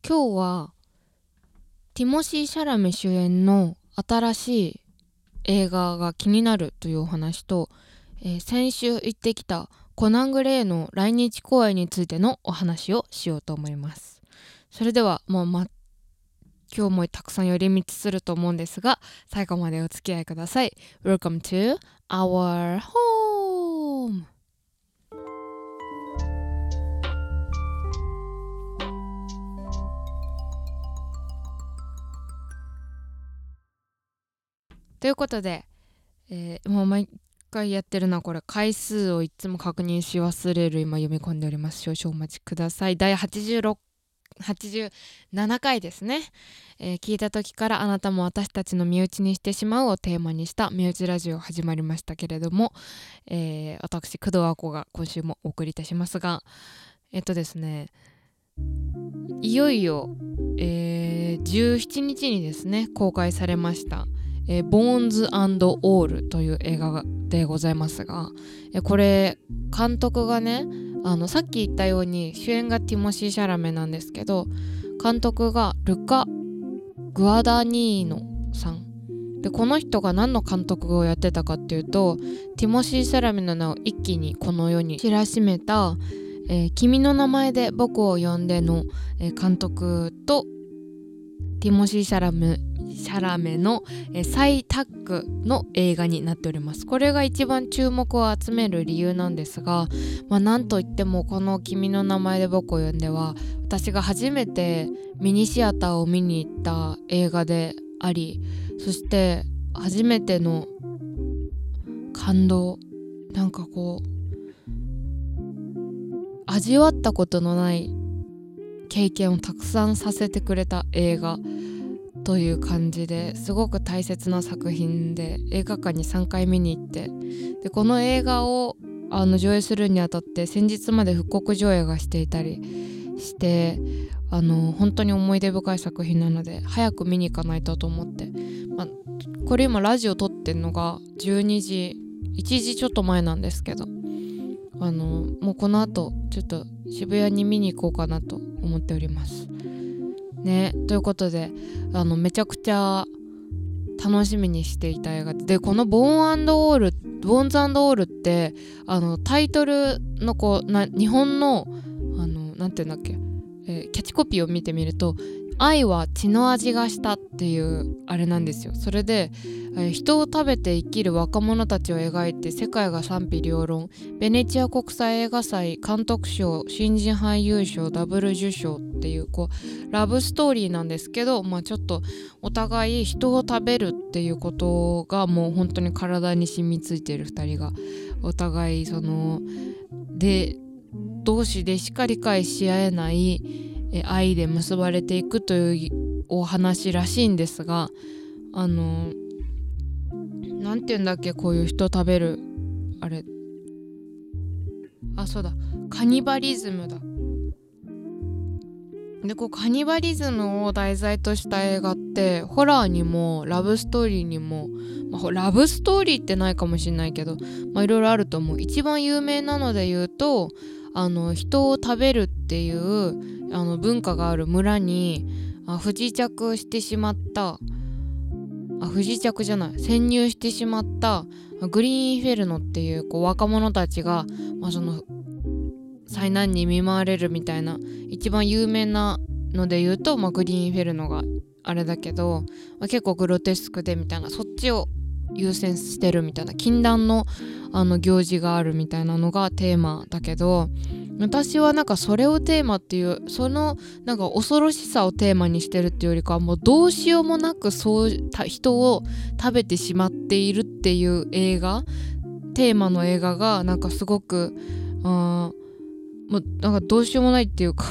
今日はティモシー・シャラメ主演の新しい映画が気になるというお話と、先週行ってきたコナン・グレイの来日公演についてのお話をしようと思います。それでは今日もたくさん寄り道すると思うんですが、最後までお付き合いください。 Welcome to our home。ということで、もう毎回やってるなこれ、回数をいつも確認し忘れる、今読み込んでおります。少々お待ちください。第87回ですね。聞いた時からあなたも私たちの身内にしてしまうをテーマにした身内ラジオ始まりましたけれども、私工藤あこが今週もお送りいたしますが、ですね、いよいよ、17日にですね公開されましたボーンズ&オールという映画でございますが、これ監督がね、さっき言ったように主演がティモシー・シャラメなんですけど、監督がルカ・グアダニーノさんで、この人が何の監督をやってたかっていうと、ティモシー・シャラメの名を一気にこの世に知らしめた、君の名前で僕を呼んでの、監督とティモシー・シャラメの再タッグの映画になっております。これが一番注目を集める理由なんですが、なんといってもこの君の名前で僕を呼んでは、私が初めてミニシアターを見に行った映画であり、そして初めての感動、なんかこう味わったことのない経験をたくさんさせてくれた映画という感じで、すごく大切な作品で、映画館に3回見に行って、でこの映画を上映するにあたって先日まで復刻上映がしていたりして、本当に思い出深い作品なので早く見に行かないとと思って、これ今ラジオ撮ってんのが12時1時ちょっと前なんですけど、もうこの後ちょっと渋谷に見に行こうかなと思っておりますね。ということでめちゃくちゃ楽しみにしていた映画で、このボーンズオールってタイトルの日本のなんていうんだっけ、キャッチコピーを見てみると、愛は血の味がしたっていうあれなんですよ。それで、人を食べて生きる若者たちを描いて世界が賛否両論、ベネチア国際映画祭監督賞新人俳優賞ダブル受賞っていうラブストーリーなんですけど、ちょっとお互い人を食べるっていうことがもう本当に体に染みついている2人がお互い同士でしか理解し合えない愛で結ばれていくというお話らしいんですが、なんて言うんだっけ、こういう人食べるあれ、そうだ、カニバリズムだ。でカニバリズムを題材とした映画ってホラーにもラブストーリーにも、ラブストーリーってないかもしれないけど、いろいろあると思う。一番有名なので言うと、人を食べるっていう文化がある村に潜入してしまったグリーンフェルノっていう若者たちが、その災難に見舞われるみたいな、一番有名なので言うと、グリーンフェルノがあれだけど、結構グロテスクでみたいな、そっちを優先してるみたいな、禁断の行事があるみたいなのがテーマだけど、私はなんかそれをテーマっていう、そのなんか恐ろしさをテーマにしてるっていうよりかは、もうどうしようもなく人を食べてしまっているっていうテーマの映画がなんかすごくもうなんかどうしようもないっていうか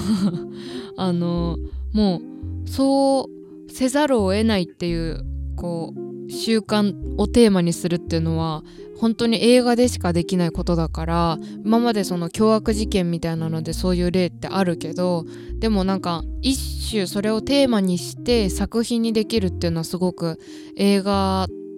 もうそうせざるを得ないっていう習慣をテーマにするっていうのは本当に映画でしかできないことだから、今までその凶悪事件みたいなのでそういう例ってあるけど、でもなんか一種それをテーマにして作品にできるっていうのはすごく映画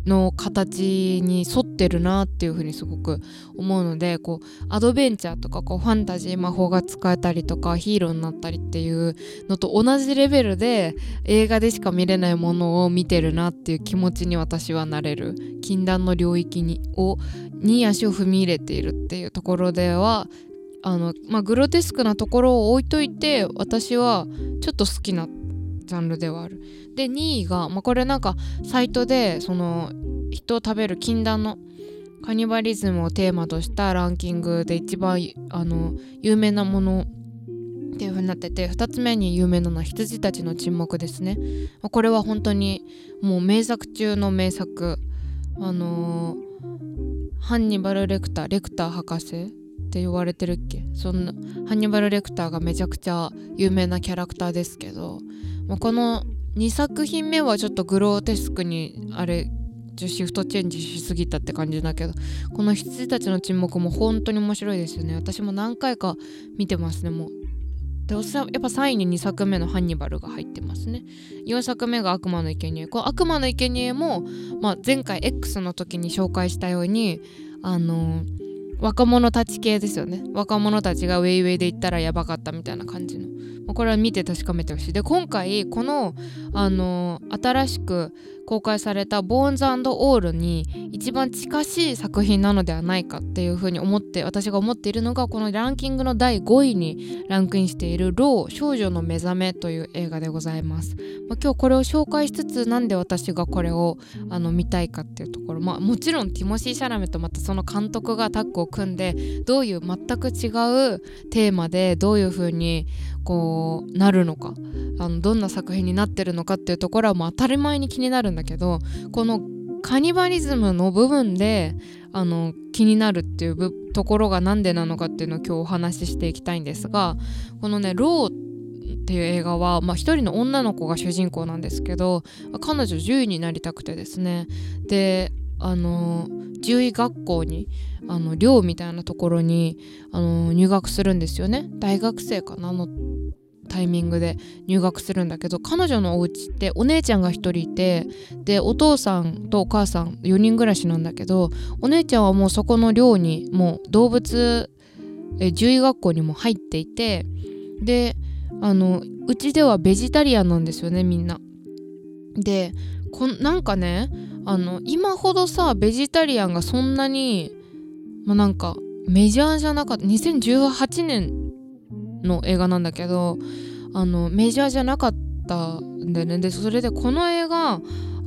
の形に沿ってるなっていうふうにすごく思うので、こうアドベンチャーとかこうファンタジー、魔法が使えたりとかヒーローになったりっていうのと同じレベルで映画でしか見れないものを見てるなっていう気持ちに私はなれる、禁断の領域に足を踏み入れているっていうところではグロテスクなところを置いといて私はちょっと好きなジャンルではある。で2位が、これなんかサイトでその人を食べる禁断のカニバリズムをテーマとしたランキングで一番有名なものっていう風になってて、2つ目に有名なのは羊たちの沈黙ですね。これは本当にもう名作中の名作、ハンニバル・レクター博士って言われてるっけ。そんなハンニバル・レクターがめちゃくちゃ有名なキャラクターですけど、この2作品目はちょっとグロテスクにシフトチェンジしすぎたって感じだけど、この羊たちの沈黙も本当に面白いですよね。私も何回か見てますね。もうでやっぱ3位に2作目のハンニバルが入ってますね。4作目が悪魔の生贄。この悪魔の生贄も、前回 X の時に紹介したように若者たち系ですよね。若者たちがウェイウェイで行ったらやばかったみたいな感じの、これは見て確かめてほしい。で今回この、新しく公開されたボーンズ&オールに一番近しい作品なのではないかっていうふうに私が思っているのが、このランキングの第5位にランクインしているロー少女の目覚めという映画でございます。今日これを紹介しつつ、なんで私がこれを見たいかっていうところ、もちろんティモシー・シャラメとまたその監督がタッグを組んで、どういう全く違うテーマでどういう風にこうなるのか、どんな作品になってるのかっていうところは当たり前に気になるんだけど、このカニバリズムの部分で気になるっていうところがなんでなのかっていうのを今日お話ししていきたいんですが、このねローっていう映画は一人の女の子が主人公なんですけど、彼女獣医になりたくてですね、で獣医学校に寮みたいなところに入学するんですよね。大学生かなのタイミングで入学するんだけど、彼女のお家ってお姉ちゃんが一人いて、でお父さんとお母さん4人暮らしなんだけど、お姉ちゃんはもうそこの寮にもう動物獣医学校にも入っていて、でうちではベジタリアンなんですよね、みんな。でなんかね今ほどさベジタリアンがそんなになんかメジャーじゃなかった。2018年の映画なんだけどメジャーじゃなかったんだよね。でそれでこの映画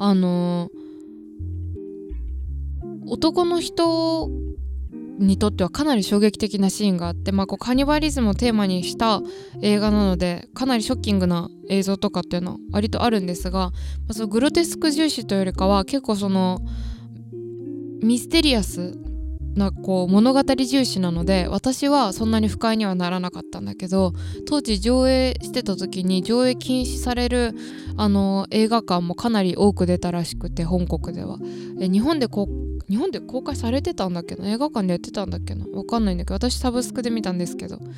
男の人にとってはかなり衝撃的なシーンがあって、こうカニバリズムをテーマにした映画なのでかなりショッキングな映像とかっていうのは割とあるんですが、そのグロテスク重視というよりかは結構そのミステリアスなこう物語重視なので、私はそんなに不快にはならなかったんだけど、当時上映してた時に上映禁止される映画館もかなり多く出たらしくて、香港では日本で公開されてたんだっけな、映画館でやってたんだっけな、わかんないんだけど、私サブスクで見たんですけど、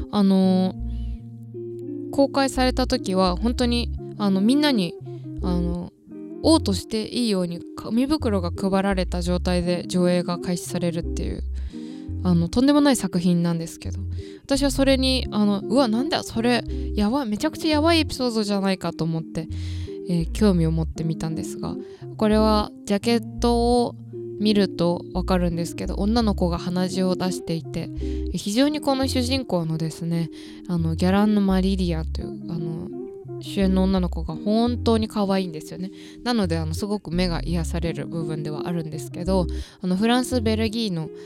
公開された時は本当にみんなに嘔吐していいように紙袋が配られた状態で上映が開始されるっていうとんでもない作品なんですけど、私はそれにうわなんだそれやばい、めちゃくちゃやばいエピソードじゃないかと思って、興味を持ってみたんですが、これはジャケットを見るとわかるんですけど、女の子が鼻血を出していて、非常にこの主人公のですねギャランヌ・マリリアという主演の女の子が本当に可愛いんですよね。なのですごく目が癒される部分ではあるんですけど、フランスとベルギ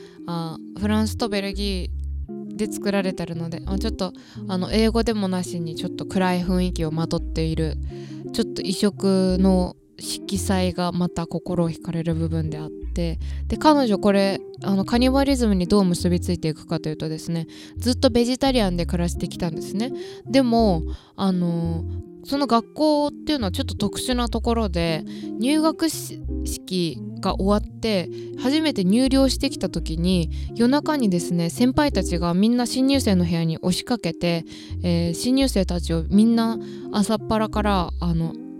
ーで作られてるのでちょっと英語でもなしにちょっと暗い雰囲気をまとっている、ちょっと異色の色彩がまた心を惹かれる部分であって、で彼女これカニバリズムにどう結びついていくかというとですね、ずっとベジタリアンで暮らしてきたんですね。でもその学校っていうのはちょっと特殊なところで、入学式が終わって初めて入寮してきた時に夜中にですね、先輩たちがみんな新入生の部屋に押しかけて、新入生たちをみんな朝っぱらから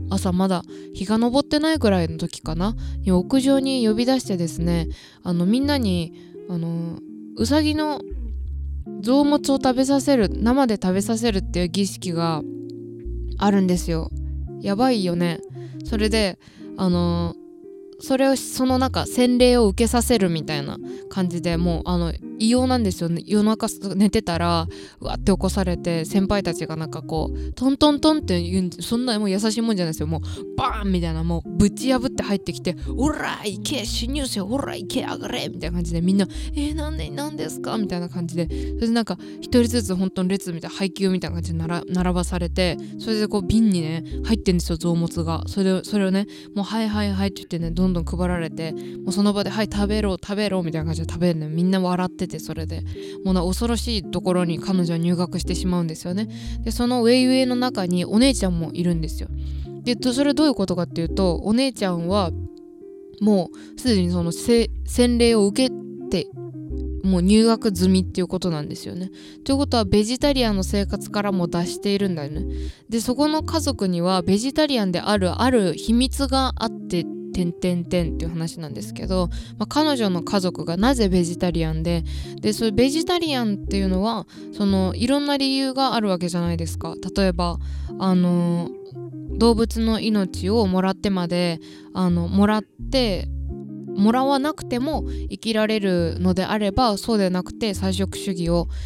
朝まだ日が昇ってないぐらいの時かなに屋上に呼び出してですね、みんなにうさぎの臓物を食べさせる、生で食べさせるっていう儀式があるんですよ。やばいよね。それでそれをその洗礼を受けさせるみたいな感じで、もう異様なんですよね。夜中寝てたらうわって起こされて、先輩たちがこうトントントンって言うん、そんなもう優しいもんじゃないですよ。もうバーンみたいな、もうぶち破って入ってきて、オラ行け侵入せよ、オラ行け上がれみたいな感じで、みんななんですかみたいな感じで、それで一人ずつ本当に列みたいな配給みたいな感じで並ばされて、それでこう瓶にね入ってんですよ、臓物が。それをね、もうはいはいはいって言ってね、どんどん配られて、もうその場ではい食べろみたいな感じで食べるね。みんな笑ってて、それでもう恐ろしいところに彼女は入学してしまうんですよね。でそのウェイウェイの中にお姉ちゃんもいるんですよ。でそれどういうことかっていうと、お姉ちゃんはもうすでにその洗礼を受けてもう入学済みっていうことなんですよね。ということはベジタリアンの生活からも脱しているんだよね。でそこの家族にはベジタリアンである秘密があって、っていう話なんですけど、彼女の家族がなぜベジタリアンで、それベジタリアンっていうのはいろんな理由があるわけじゃないですか。例えば動物の命をもらってまでもらわなくても生きられるのであれば、そうでなくて菜食主義を、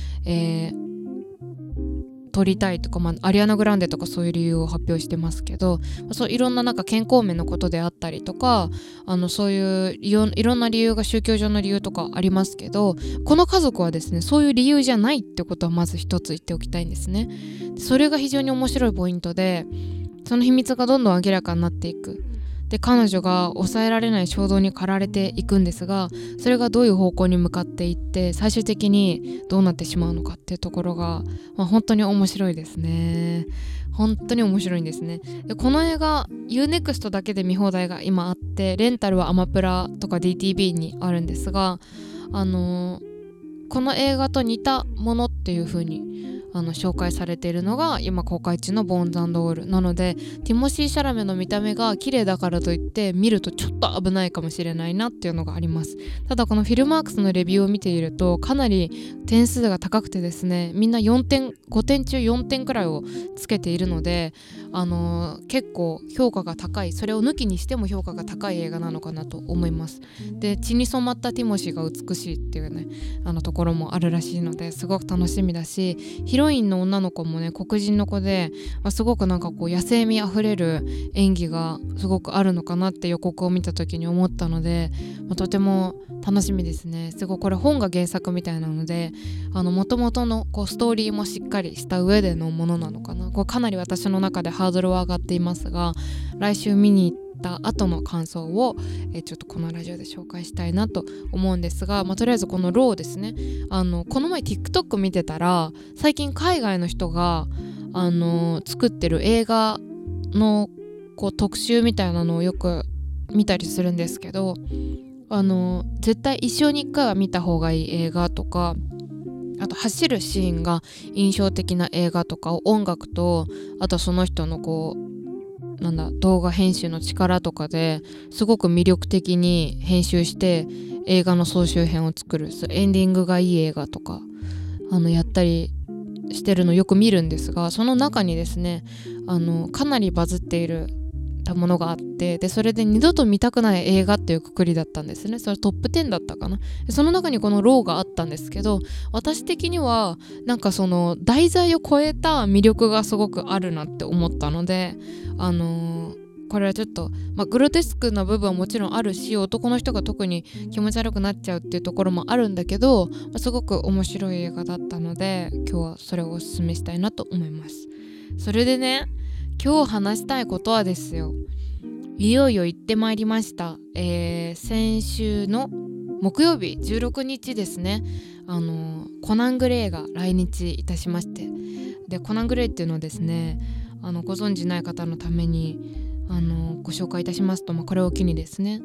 取りたいとか、アリアナ・グランデとかそういう理由を発表してますけど、そういろんな健康面のことであったりとか、そういういろんな理由が、宗教上の理由とかありますけど、この家族はですねそういう理由じゃないってことはまず一つ言っておきたいんですね。それが非常に面白いポイントで、その秘密がどんどん明らかになっていく。で彼女が抑えられない衝動に駆られていくんですが、それがどういう方向に向かっていって最終的にどうなってしまうのかっていうところが、本当に面白いですね。本当に面白いんですね。でこの映画 UNEXT だけで見放題が今あって、レンタルはアマプラとか DTV にあるんですが、この映画と似たものっていう風に紹介されているのが今公開中のボーンズ&オールなので、ティモシー・シャラメの見た目が綺麗だからといって見るとちょっと危ないかもしれないなっていうのがあります。ただこのフィルマークスのレビューを見ているとかなり点数が高くてですね、みんな5点中4点くらいをつけているので、結構評価が高い、それを抜きにしても評価が高い映画なのかなと思います。で血に染まったティモシーが美しいっていうねところもあるらしいので、すごく楽しみだし、ヒロインの女の子もね黒人の子で、すごく野生味あふれる演技がすごくあるのかなって予告を見た時に思ったので、とても楽しみですね。すごいこれ本が原作みたいなので、元々のストーリーもしっかりした上でのものなのかな。かなり私の中でハードルは上がっていますが、来週見に行った後の感想を、ちょっとこのラジオで紹介したいなと思うんですが、とりあえずこのローですね、この前 TikTok 見てたら最近海外の人が作ってる映画の特集みたいなのをよく見たりするんですけど、絶対一生に一回は見た方がいい映画とか、あと走るシーンが印象的な映画とかを音楽と、あとその人の動画編集の力とかですごく魅力的に編集して映画の総集編を作る、エンディングがいい映画とかやったりしてるのよく見るんですが、その中にですねかなりバズっているものがあって、でそれで二度と見たくない映画っていうくくりだったんですね。それトップ10だったかな。その中にこのローがあったんですけど、私的にはその題材を超えた魅力がすごくあるなって思ったので、これはちょっと、グロテスクな部分はもちろんあるし、男の人が特に気持ち悪くなっちゃうっていうところもあるんだけど、すごく面白い映画だったので今日はそれをおすすめしたいなと思います。それでね、今日話したいことはですよ、いよいよ行ってまいりました、先週の木曜日16日ですね、コナン・グレイが来日いたしまして、でコナン・グレイっていうのをですねご存じない方のためにご紹介いたしますと、これを機にですね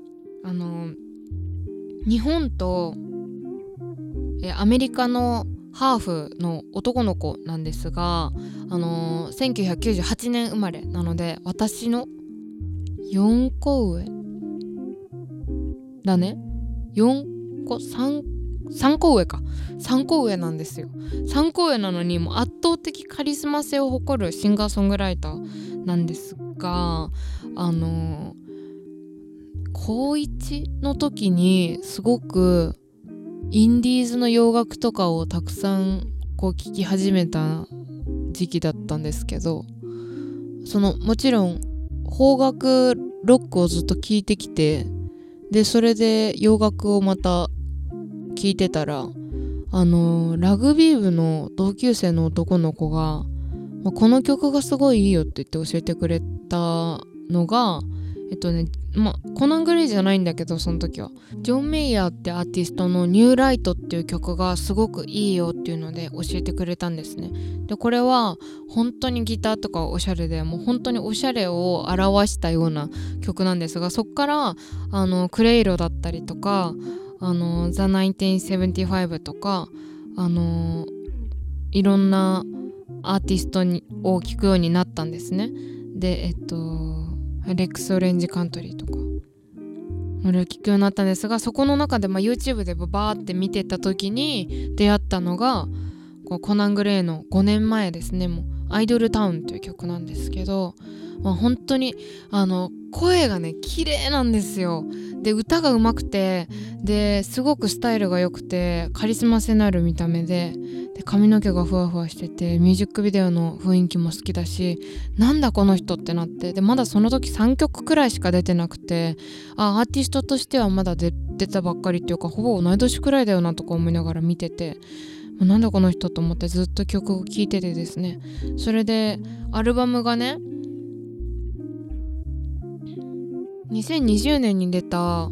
日本とアメリカのハーフの男の子なんですが、1998年生まれなので私の4個上だね。3個上か。3個上なんですよ。3個上なのにもう圧倒的カリスマ性を誇るシンガーソングライターなんですが、高1の時にすごくインディーズの洋楽とかをたくさんこう聴き始めた時期だったんですけど、もちろん邦楽ロックをずっと聴いてきて、でそれで洋楽をまた聴いてたら、ラグビー部の同級生の男の子が、この曲がすごいいいよって言って教えてくれたのが、コナン・グレイじゃないんだけど、その時はジョン・メイヤーってアーティストのニューライトっていう曲がすごくいいよっていうので教えてくれたんですね。でこれは本当にギターとかおしゃれで、もう本当におしゃれを表したような曲なんですが、そっからクレイロだったりとかThe 1975とかいろんなアーティストを聴くようになったんですね。でレックス・オレンジ・カントリーとかそれを聴くようになったんですが、そこの中で、YouTube でバーって見てた時に出会ったのがコナン・グレイの5年前ですね。もうアイドルタウンという曲なんですけど、本当に声がね綺麗なんですよ。で歌が上手くて、ですごくスタイルが良くてカリスマ性のある見た目で髪の毛がふわふわしてて、ミュージックビデオの雰囲気も好きだし、なんだこの人ってなって、でまだその時3曲くらいしか出てなくて、アーティストとしてはまだ出たばっかりっていうか、ほぼ同い年くらいだよなとか思いながら見てて、なんだこの人と思ってずっと曲を聴いててですね。それでアルバムがね、2020年に出た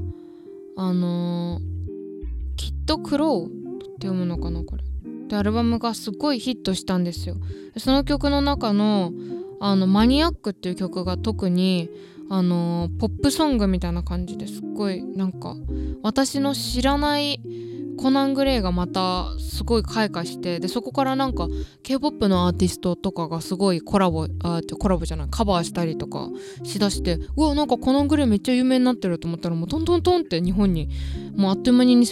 きっとクローって読むのかなこれで、アルバムがすごいヒットしたんですよ。その曲の中のマニアックっていう曲が特にポップソングみたいな感じですっごいなんか私の知らないコナン・グレイがまたすごい開花して、でそこからなんか K-POP のアーティストとかがすごいコラボじゃないカバーしたりとかしだして、うわなんかコナン・グレイめっちゃ有名になってると思ったら、もうトントントンって日本にもうあっという間に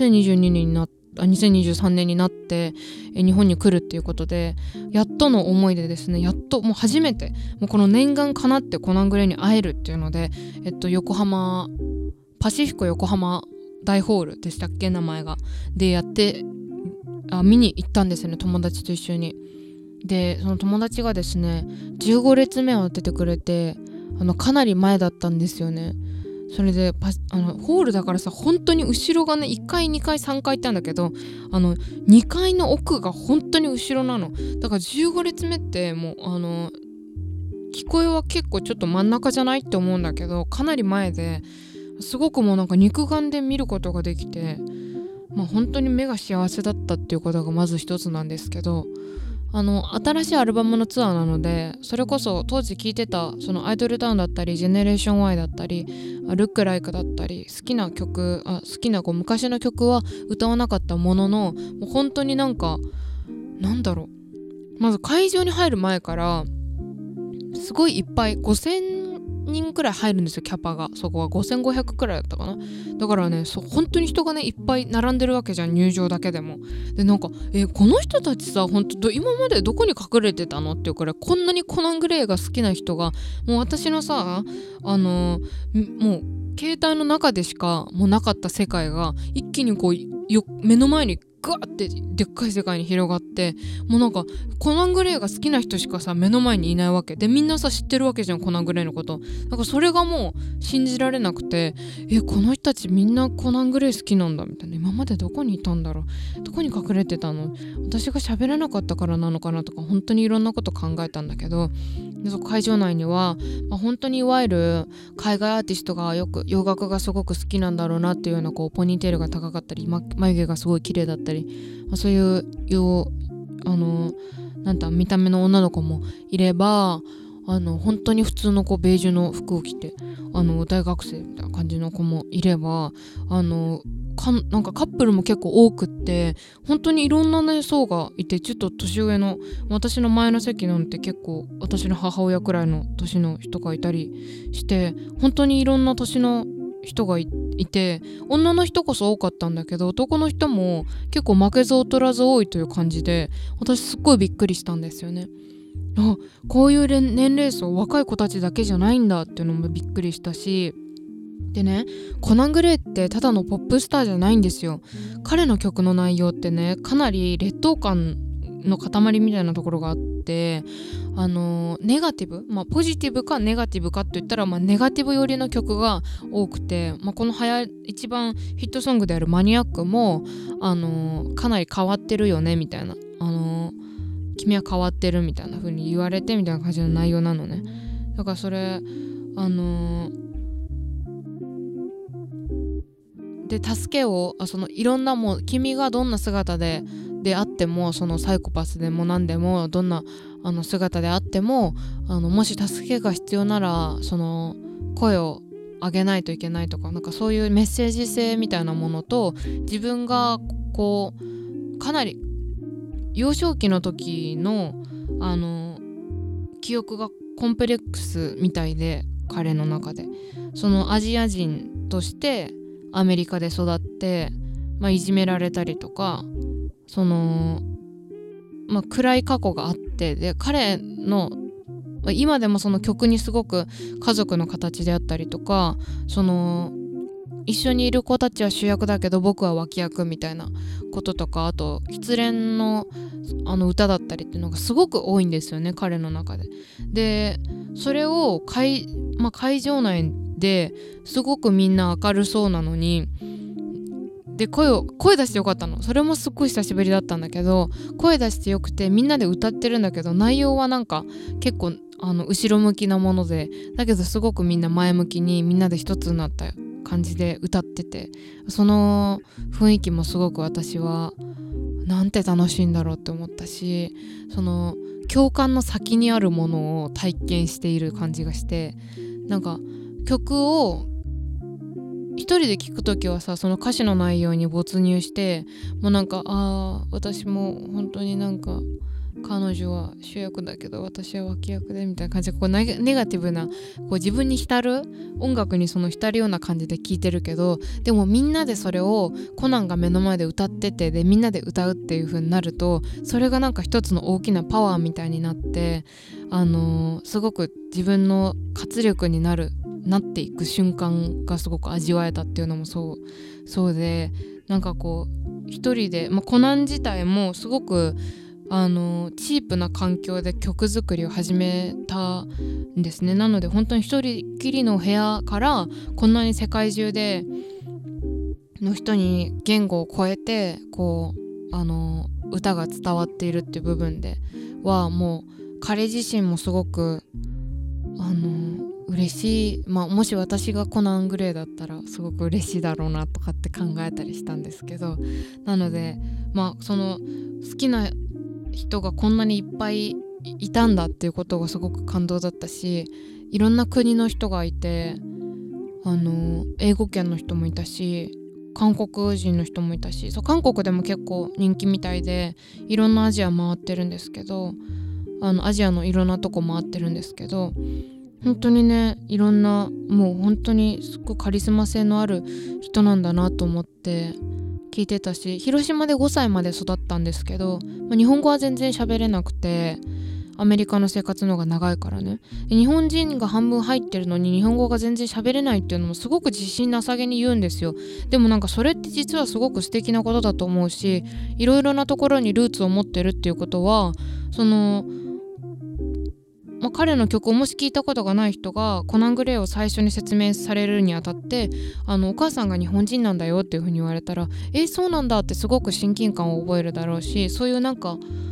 2023年になって日本に来るっていうことで、やっとの思いでですね、やっともう初めてもうこの念願かなってコナン・グレイに会えるっていうので、横浜パシフィコ横浜大ホールでしたっけ名前がでやって見に行ったんですよね、友達と一緒に。でその友達がですね15列目を当ててくれて、かなり前だったんですよね。それでホールだからさ、本当に後ろがね1階2階3階ってあるんだけど、2階の奥が本当に後ろなの。だから15列目ってもう聞こえは結構ちょっと真ん中じゃないって思うんだけど、かなり前ですごくもうなんか肉眼で見ることができて、本当に目が幸せだったっていうことがまず一つなんですけど、新しいアルバムのツアーなので、それこそ当時聴いてたそのアイドルタウンだったりジェネレーション Y だったりルックライクだったり好きな昔の曲は歌わなかったものの、もう本当になんかなんだろう、まず会場に入る前からすごいいっぱい5000人くらい入るんですよ、キャパが。そこは5500くらいだったかな。だからね本当に人がねいっぱい並んでるわけじゃん、入場だけでも。でなんかこの人たちさ本当今までどこに隠れてたのっていうくらい、こんなにコナン・グレイが好きな人がもう私のさもう携帯の中でしかもうなかった世界が一気にこう目の前にガーってでっかい世界に広がって、もうなんかコナン・グレイが好きな人しかさ目の前にいないわけで、みんなさ知ってるわけじゃんコナン・グレイのこと。なんかそれがもう信じられなくて、この人たちみんなコナン・グレイ好きなんだみたいな。今までどこにいたんだろう、どこに隠れてたの、私が喋れなかったからなのかなとか、本当にいろんなこと考えたんだけど、でそ会場内には、本当にいわゆる海外アーティストがよく洋楽がすごく好きなんだろうなっていうようなポニーテールが高かったり眉毛がすごい綺麗だったり、そういう見た目の女の子もいれば、 本当に普通のベージュの服を着て大学生みたいな感じの子もいればなんかカップルも結構多くって本当にいろんなね層がいて、ちょっと年上の私の前の席なんて結構私の母親くらいの年の人がいたりして、本当にいろんな年の人がいて、女の人こそ多かったんだけど男の人も結構負けず劣らず多いという感じで、私すっごいびっくりしたんですよね。こういう年齢層若い子たちだけじゃないんだっていうのもびっくりしたし、でね、コナン・グレーってただのポップスターじゃないんですよ。彼の曲の内容ってね、かなり劣等感の塊みたいなところがあって、ネガティブ、ポジティブかネガティブかって言ったら、ネガティブ寄りの曲が多くて、この一番ヒットソングであるマニアックも、かなり変わってるよねみたいな、君は変わってるみたいな風に言われてみたいな感じの内容なのね。だからそれで助けをいろんな、もう君がどんな姿であっても、そのサイコパスでも何でもどんな姿であってももし助けが必要ならその声を上げないといけないとか、なんかそういうメッセージ性みたいなものと、自分がかなり幼少期の時の記憶がコンプレックスみたいで、彼の中でそのアジア人としてアメリカで育って、いじめられたりとか、暗い過去があって、で彼の今でもその曲にすごく家族の形であったりとか、一緒にいる子たちは主役だけど僕は脇役みたいなこととか、あと失恋の歌だったりっていうのがすごく多いんですよね、彼の中で。でそれを会場内ですごくみんな明るそうなのに、で声出してよかったの。それもすっごい久しぶりだったんだけど、声出してよくてみんなで歌ってるんだけど、内容はなんか結構後ろ向きなもので、だけどすごくみんな前向きにみんなで一つになった感じで歌ってて、その雰囲気もすごく私はなんて楽しいんだろうって思ったし、その共感の先にあるものを体験している感じがして、なんか曲を一人で聴くときはさ、その歌詞の内容に没入して、もうなんか私も本当になんか彼女は主役だけど私は脇役でみたいな感じで、ネガティブな自分に浸る音楽に浸るような感じで聴いてるけど、でもみんなでそれをコナンが目の前で歌ってて、でみんなで歌うっていう風になると、それがなんか一つの大きなパワーみたいになって、すごく自分の活力になっていく瞬間がすごく味わえたっていうのもそうで、なんか一人で、コナン自体もすごくチープな環境で曲作りを始めたんですね。なので本当に一人きりの部屋からこんなに世界中での人に言語を超えて歌が伝わっているっていう部分では、もう彼自身もすごく嬉しい、もし私がコナン・グレーだったらすごく嬉しいだろうなとかって考えたりしたんですけど、なのでその好きな人がこんなにいっぱいいたんだっていうことがすごく感動だったし、いろんな国の人がいて、英語圏の人もいたし、韓国人の人もいたし、韓国でも結構人気みたいで、いろんなアジア回ってるんですけど、アジアのいろんなとこ回ってるんですけど、本当にね、いろんな、もう本当にすっごいカリスマ性のある人なんだなと思って聞いてたし、広島で5歳まで育ったんですけど、日本語は全然喋れなくて、アメリカの生活の方が長いからね、日本人が半分入ってるのに日本語が全然喋れないっていうのもすごく自信なさげに言うんですよ。でもなんかそれって実はすごく素敵なことだと思うし、いろいろなところにルーツを持ってるっていうことは、彼の曲をもし聞いたことがない人がコナン・グレーを最初に説明されるにあたって、お母さんが日本人なんだよっていう風に言われたら、そうなんだってすごく親近感を覚えるだろうし、そういうなんか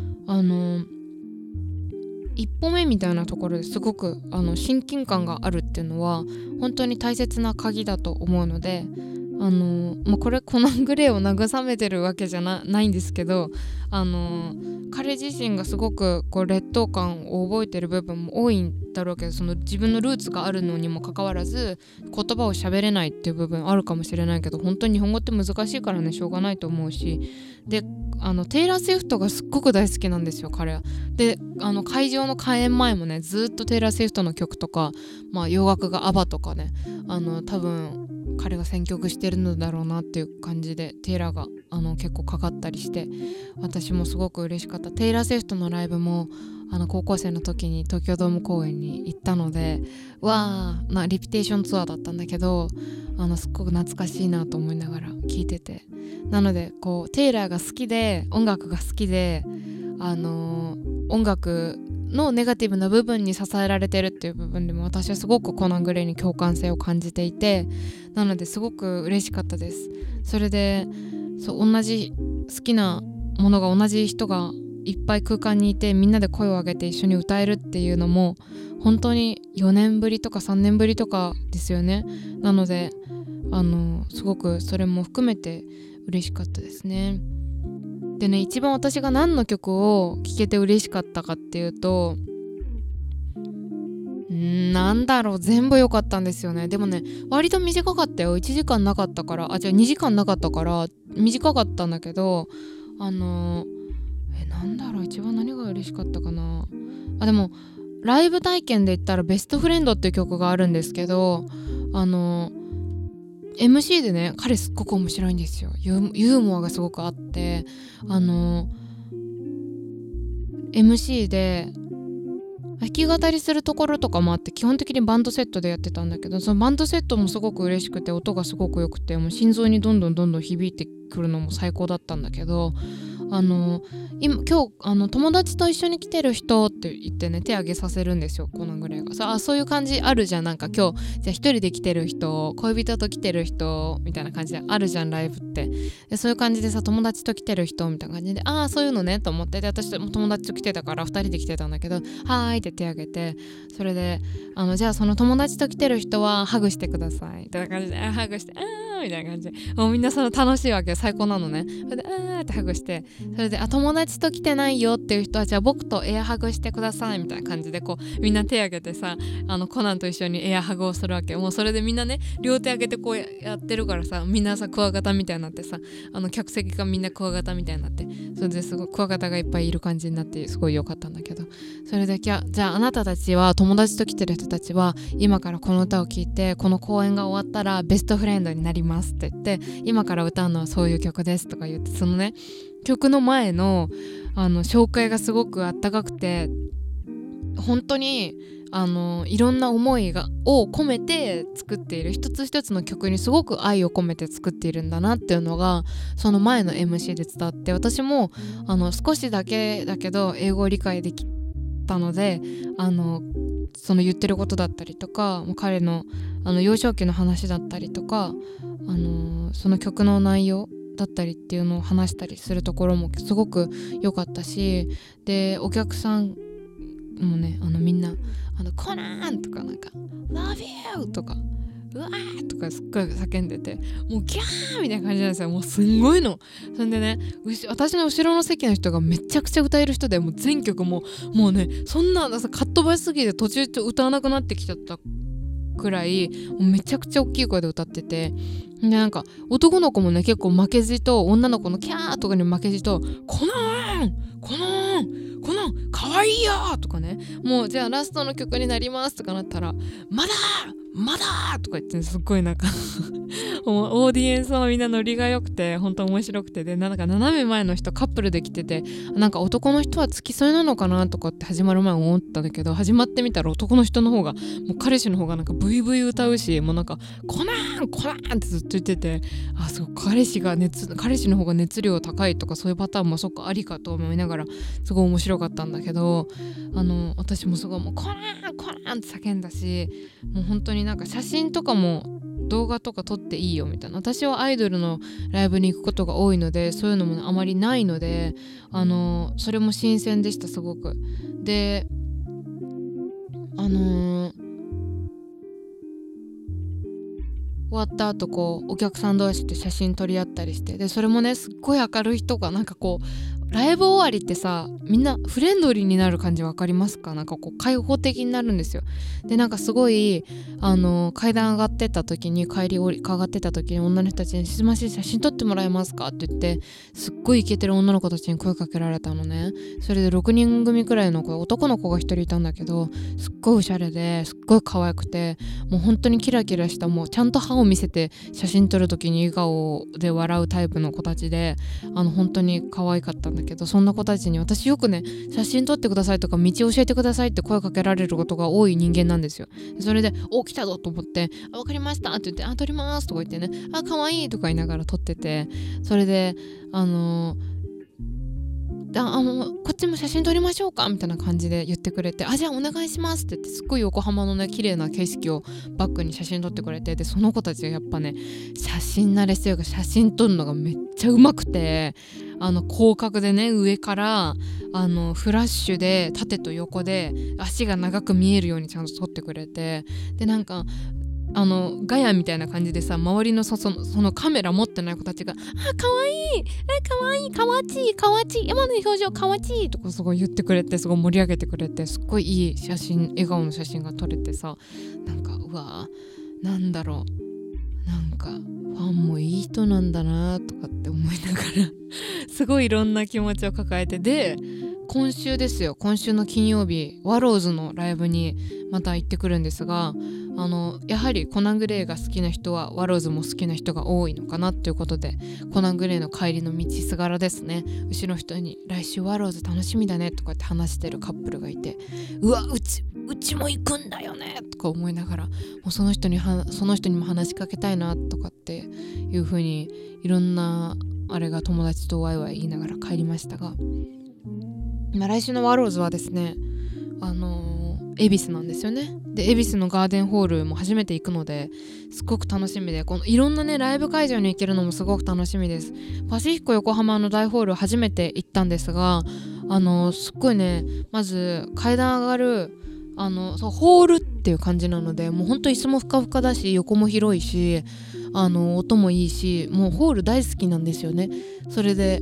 一歩目みたいなところですごく親近感があるっていうのは本当に大切な鍵だと思うので、これコナン・グレーを慰めてるわけじゃないんですけど、 彼自身がすごくこう劣等感を覚えてる部分も多いんだろうけど、その自分のルーツがあるのにもかかわらず言葉を喋れないっていう部分あるかもしれないけど、本当に日本語って難しいからね、しょうがないと思うし、でテイラー・スウィフトがすっごく大好きなんですよ、彼は。で会場の開演前もね、ずっとテイラー・スウィフトの曲とか、洋楽がアバとかね、多分彼が選曲してるのだろうなっていう感じで、テイラーが結構かかったりして、私もすごく嬉しかった。テイラー・スウィフトのライブも高校生の時に東京ドーム公演に行ったので、リピテーションツアーだったんだけど、すっごく懐かしいなと思いながら聴いてて、なのでこうテイラーが好きで、音楽が好きで、音楽のネガティブな部分に支えられてるっていう部分でも、私はすごくコナン・グレイに共感性を感じていて、なのですごく嬉しかったです。それで同じ好きなものが同じ人がいっぱい空間にいて、みんなで声を上げて一緒に歌えるっていうのも本当に4年ぶりとか3年ぶりとかですよね。なのですごくそれも含めて嬉しかったですね。でね、一番私が何の曲を聴けて嬉しかったかっていうと、なんだろう、全部良かったんですよね。でもね、割と短かったよ。1時間なかったから、2時間なかったから短かったんだけど、なんだろう、一番何が嬉しかったかな。でもライブ体験で言ったらベストフレンドっていう曲があるんですけど、MC でね、彼すっごく面白いんですよ。ユーモアがすごくあって、MC で弾き語りするところとかもあって、基本的にバンドセットでやってたんだけど、そのバンドセットもすごく嬉しくて、音がすごく良くて、もう心臓にどんどん響いてくるのも最高だったんだけど、今日友達と一緒に来てる人って言ってね、手挙げさせるんですよ、コナンぐらいが。そういう感じあるじゃん。なんか今日じゃあ一人で来てる人、恋人と来てる人みたいな感じであるじゃん、ライブって。でそういう感じで友達と来てる人みたいな感じで、そういうのねと思って、で私も友達と来てたから2人で来てたんだけど、はーいって手挙げて、それでじゃあその友達と来てる人はハグしてくださいみたいな感じで、ハグしてみたいな感じで、もうみんな楽しいわけよ、最高なのね。それでってハグして、それで友達と来てないよっていう人はじゃあ僕とエアハグしてくださいみたいな感じで、こうみんな手挙げてさ、コナンと一緒にエアハグをするわけ。もうそれでみんなね、両手挙げてこうやってるからさ、みんなクワガタみたいになってさ、客席がみんなクワガタみたいになって、それですごいクワガタがいっぱいいる感じになって、すごい良かったんだけど、それでじゃああなたたちは、友達と来てる人たちは今からこの歌を聴いて、この公演が終わったらベストフレンドになりますって言って、今から歌うのはそういう曲ですとか言って、そのね曲の前の紹介がすごくあったかくて、本当にいろんな思いを込めて作っている、一つ一つの曲にすごく愛を込めて作っているんだなっていうのがその前の MC で伝わって、私も少しだけだけど英語を理解できたので、その言ってることだったりとか、彼の幼少期の話だったりとか、その曲の内容だったりっていうのを話したりするところもすごく良かったし、でお客さんもね、みんなコナンとかなんか Love you とかうわーとかすっごい叫んでて、もうギャーみたいな感じなんですよ。もうすんごいの。そんでね、私の後ろの席の人がめちゃくちゃ歌える人で、もう全曲もうね、そんなカットバイすぎて途中で歌わなくなってきちゃったくらい、もうめちゃくちゃ大きい声で歌ってて、でなんか男の子もね結構負けじと、女の子のキャーとかに負けじと、コナンかわいいよとかね、もうじゃあラストの曲になりますとかなったら、まだとか言って、すっごいなんかもうオーディエンスはみんなノリが良くて本当面白くて、でなんか斜め前の人カップルで来てて、なんか男の人は付き添いなのかなとかって始まる前思ったんだけど、始まってみたら男の人の方が、もう彼氏の方がなんかブイブイ歌うし、もうなんかコナンってずっと言ってて、そう彼氏の方が熱量高いとか、そういうパターンもそっかありかと思いながら、すごい面白かったんだけど、私もすごいもうコナンって叫んだし、もう本当になんか写真とかも動画とか撮っていいよみたいな。私はアイドルのライブに行くことが多いので、そういうのもあまりないので、それも新鮮でした、すごく。で終わった後こうお客さん同士で写真撮り合ったりして、でそれもねすっごい明るい人がなんかこうライブ終わりってさ、みんなフレンドリーになる感じわかりますか？なんかこう開放的になるんですよ。でなんかすごい階段上がってった時に上がってった時に女の人たちに「すいません写真撮ってもらえますか？」って言って、すっごいイケてる女の子たちに声かけられたのね。それで6人組くらいの子、男の子が1人いたんだけど、すっごいおしゃれですっごい可愛くて、もう本当にキラキラした、もうちゃんと歯を見せて写真撮る時に笑顔で笑うタイプの子たちで、本当に可愛かったんだけど、そんな子たちに私よくね、写真撮ってくださいとか道教えてくださいって声かけられることが多い人間なんですよ。それで「お、来たぞ」と思って「わかりました」って言って「撮ります」とか言ってね「可愛い」とか言いながら撮ってて、それでもうこっちも写真撮りましょうかみたいな感じで言ってくれて、じゃあお願いしますって言って、すっごい横浜のね綺麗な景色をバックに写真撮ってくれて、でその子たちがやっぱね、写真慣れしてるから写真撮るのがめっちゃうまくて、広角でね、上からフラッシュで縦と横で足が長く見えるようにちゃんと撮ってくれて、でなんかガヤみたいな感じでさ、周りのそのカメラ持ってない子たちが「かわいいかわいいかわちいかわちい山の表情かわちい」とかすごい言ってくれて、すごい盛り上げてくれて、すっごいいい写真、笑顔の写真が撮れてさ、なんかうわー、なんだろう、なんかファンもいい人なんだなとかって思いながらすごいいろんな気持ちを抱えて、で今週ですよ、今週の金曜日ワローズのライブにまた行ってくるんですが、やはりコナングレイが好きな人はワローズも好きな人が多いのかなということで、コナングレイの帰りの道すがらですね、後ろの人に来週ワローズ楽しみだねとかって話してるカップルがいて、うわ、うちも行くんだよねとか思いながら、もうその人にも話しかけたいなとかっていう風に、いろんなあれが友達とワイワイ言いながら帰りましたが、来週のワローズはですね、恵比寿なんですよね。で恵比寿のガーデンホールも初めて行くのですごく楽しみで、このいろんなねライブ会場に行けるのもすごく楽しみです。パシフィコ横浜の大ホール初めて行ったんですが、すっごいね、まず階段上がるそうホールっていう感じなので、もうほんと椅子もふかふかだし、横も広いし、音もいいし、もうホール大好きなんですよね。それで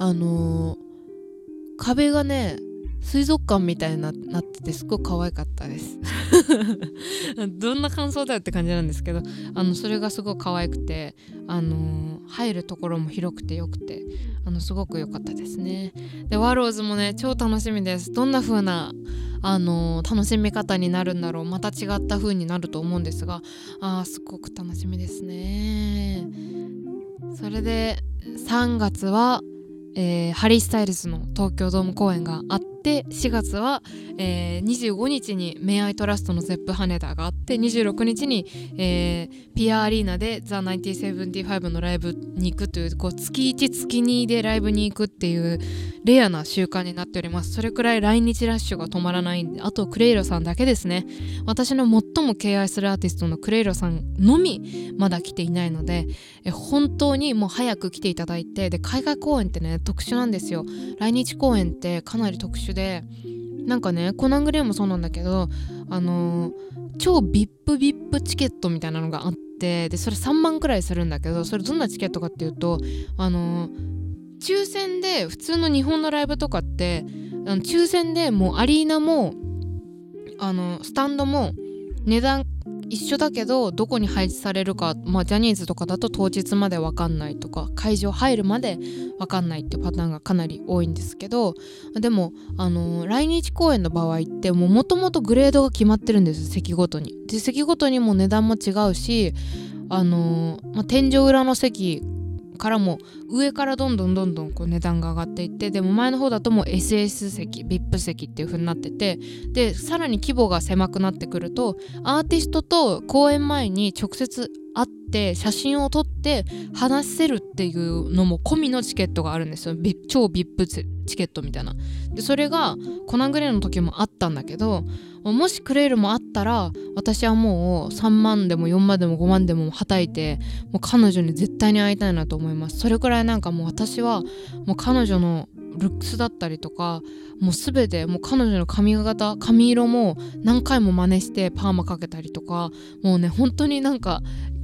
壁がね水族館みたいになってて、すごく可愛かったですどんな感想だよって感じなんですけど、それがすごく可愛くて、入るところも広くてよくて、すごく良かったですね。でワローズもね超楽しみです。どんな風な楽しみ方になるんだろう、また違った風になると思うんですが、すごく楽しみですね。それで3月はハリー・スタイルズの東京ドーム公演があって、4月は、25日にメイ・アイ・トラストのゼップ・羽田があって、26日に、ピアアリーナでザ・1975のライブに行くという、こう月1月2でライブに行くっていうレアな習慣になっております。それくらい来日ラッシュが止まらないんで、あとクレイロさんだけですね。私の最も敬愛するアーティストのクレイロさんのみまだ来ていないので、本当にもう早く来ていただいて、で海外公演ってね特殊なんですよ。来日公演ってかなり特殊で、なんかねコナングレイもそうなんだけど、超 VIP チケットみたいなのがあって、でそれ3万くらいするんだけど、それどんなチケットかっていうと、抽選で、普通の日本のライブとかって抽選でもうアリーナもスタンドも値段一緒だけど、どこに配置されるか、ジャニーズとかだと当日まで分かんないとか、会場入るまで分かんないっていうパターンがかなり多いんですけど、でも来日公演の場合ってもともとグレードが決まってるんです、席ごとに。で席ごとにも値段も違うし、天井裏の席からも上からどんどんこう値段が上がっていって、でも前の方だともう SS 席 VIP 席っていう風になってて、でさらに規模が狭くなってくると、アーティストと公演前に直接会って写真を撮って話せるっていうのも込みのチケットがあるんですよ。超 VIP チケットみたいな。でそれがコナングレイの時もあったんだけど、もしクレイルもあったら、私はもう3万でも4万でも5万でもはたいて、もう彼女に絶対に会いたいなと思います。それくらいなんかもう私はもう彼女のルックスだったりとか、もう全て、もう彼女の髪型、髪色も何回も真似してパーマかけたりとか、もうね本当になんか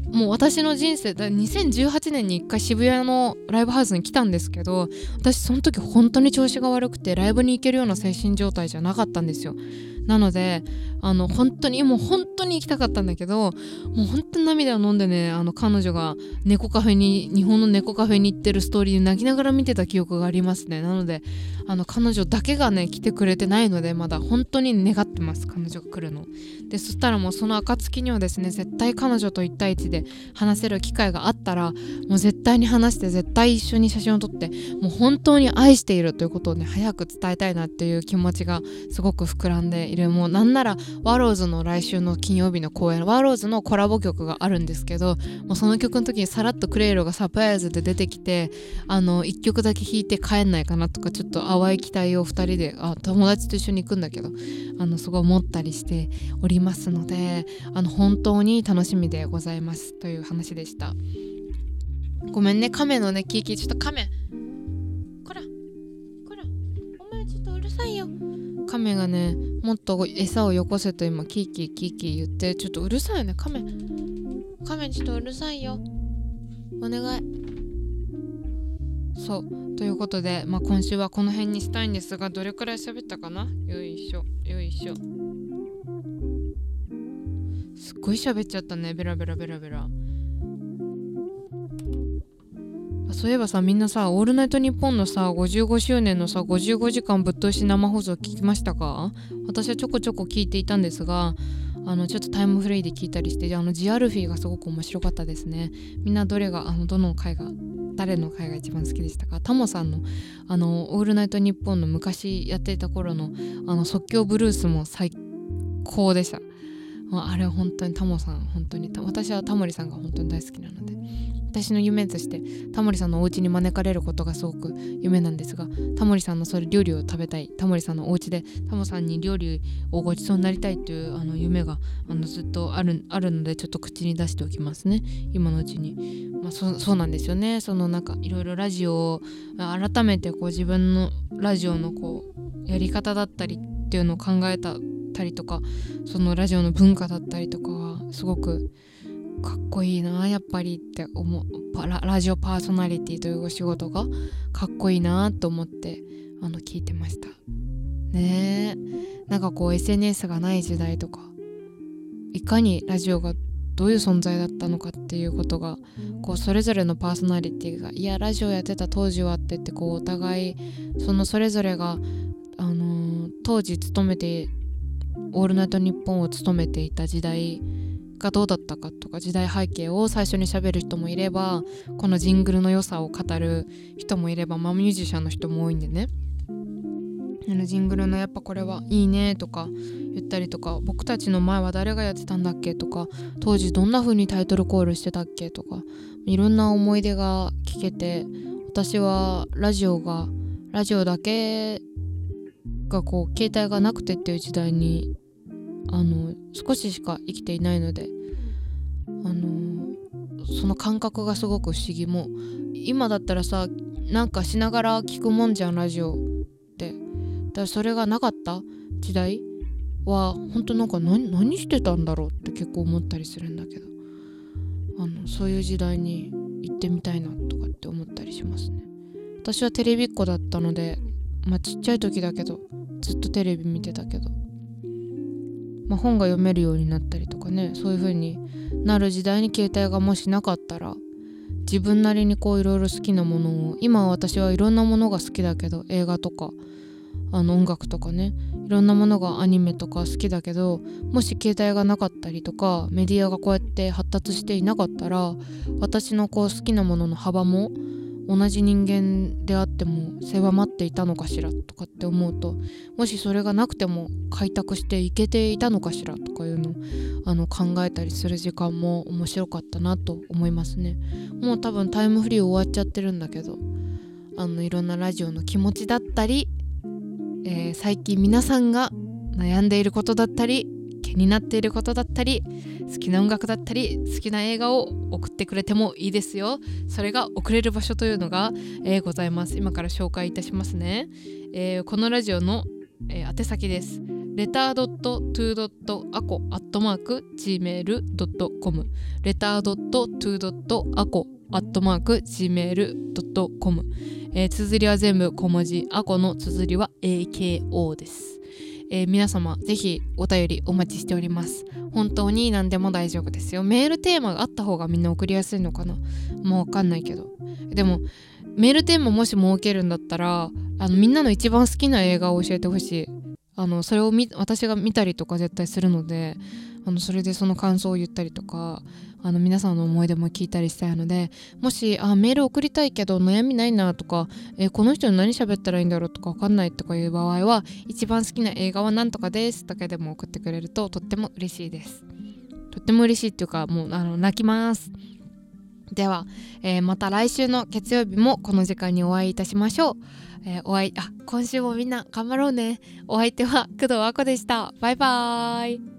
もう私の人生だ2018年に1回渋谷のライブハウスに来たんですけど、私その時本当に調子が悪くてライブに行けるような精神状態じゃなかったんですよ。なので本当にもう本当に行きたかったんだけど、もう本当に涙を飲んでね、彼女が日本の猫カフェに行ってるストーリーで泣きながら見てた記憶がありますね。なので彼女だけがね来てくれてないので、まだ本当に願ってます、彼女が来るので。そしたらもうその暁にはですね、絶対彼女と1対1で話せる機会があったら、もう絶対に話して、絶対一緒に写真を撮って、もう本当に愛しているということをね早く伝えたいなっていう気持ちがすごく膨らんでいる。もうなんならワローズの来週の金曜日の公演、ワローズのコラボ曲があるんですけど、もうその曲の時にさらっとクレイロがサプライズで出てきて1曲だけ弾いて帰んないかなとか、ちょっと淡い期待を2人で友達と一緒に行くんだけどすごい思ったりしておりますので、本当に楽しみでございますという話でした。ごめんね、亀のねキーキー、ちょっと亀こらお前ちょっとうるさいよ。亀がねもっと餌をよこせと今キーキーキーキー言って、ちょっとうるさいね亀ちょっとうるさいよ、お願い。そうということで、今週はこの辺にしたいんですが、どれくらい喋ったかな。よいしょすっごい喋っちゃったね、ベラベラ。そういえばさ、みんなさ、オールナイトニッポンのさ55周年のさ55時間ぶっ通し生放送聞きましたか？私はちょこちょこ聞いていたんですが、ちょっとタイムフリーで聞いたりして、ジアルフィーがすごく面白かったですね。みんなどれが誰の回が一番好きでしたか？タモさんのオールナイトニッポンの昔やっていた頃の即興ブルースも最高でした。あれ本当にタモさん、本当に私はタモリさんが本当に大好きなので、私の夢としてタモリさんのお家に招かれることがすごく夢なんですが、タモリさんのそれ料理を食べたい、タモリさんのお家でタモさんに料理をごちそうになりたいという夢がずっとあるので、ちょっと口に出しておきますね、今のうちに。そうなんですよね。なんかいろいろラジオを改めて自分のラジオのやり方だったりっていうのを考えたりとか、そのラジオの文化だったりとかはすごくかっこいいなやっぱりって思う。ラジオパーソナリティというお仕事がかっこいいなと思って聞いてましたね。なんかSNS がない時代とか、いかにラジオがどういう存在だったのかっていうことがそれぞれのパーソナリティが、いやラジオやってた当時はって言ってお互いそれぞれが当時勤めてオールナイトニッポンを務めていた時代がどうだったかとか、時代背景を最初に喋る人もいれば、このジングルの良さを語る人もいれば、ミュージシャンの人も多いんでね、ジングルのやっぱこれはいいねとか言ったりとか、僕たちの前は誰がやってたんだっけとか、当時どんな風にタイトルコールしてたっけとか、いろんな思い出が聞けて、私はラジオだけが携帯がなくてっていう時代に少ししか生きていないので、その感覚がすごく不思議。もう今だったらさ、なんかしながら聞くもんじゃんラジオって。だからそれがなかった時代は本当なんか何してたんだろうって結構思ったりするんだけど、そういう時代に行ってみたいなとかって思ったりしますね。私はテレビっ子だったので、ちっちゃい時だけどずっとテレビ見てたけど、本が読めるようになったりとかね、そういう風になる時代に携帯がもしなかったら、自分なりにいろいろ好きなものを、今私はいろんなものが好きだけど、映画とか音楽とかね、いろんなものがアニメとか好きだけど、もし携帯がなかったりとかメディアがこうやって発達していなかったら、私の好きなものの幅も同じ人間であっても狭まっていたのかしらとかって思うと、もしそれがなくても開拓していけていたのかしらとかいうのを考えたりする時間も面白かったなと思いますね。もう多分タイムフリー終わっちゃってるんだけど、いろんなラジオの気持ちだったり、最近皆さんが悩んでいることだったり、気になっていることだったり、好きな音楽だったり、好きな映画を送ってくれてもいいですよ。それが送れる場所というのが、ございます。今から紹介いたしますね。このラジオの、宛先です。 letter.to.ako@gmail.com letter.to.ako@gmail.com、綴りは全部小文字、アコの綴りは AKO です。皆様ぜひお便りお待ちしております。本当に何でも大丈夫ですよ。メールテーマがあった方がみんな送りやすいのかな、もうわかんないけど、でもメールテーマもし設けるんだったらみんなの一番好きな映画を教えてほしい。それを私が見たりとか絶対するので、それでその感想を言ったりとか、皆さんの思い出も聞いたりしたいので、もしメール送りたいけど悩みないなとか、この人に何喋ったらいいんだろうとか分かんないとかいう場合は、一番好きな映画は何とかですだけでも送ってくれるととっても嬉しいです。とっても嬉しいっていうか、もう泣きます。では、また来週の月曜日もこの時間にお会いいたしましょう。今週もみんな頑張ろうね。お相手は工藤あこでした。バイバーイ。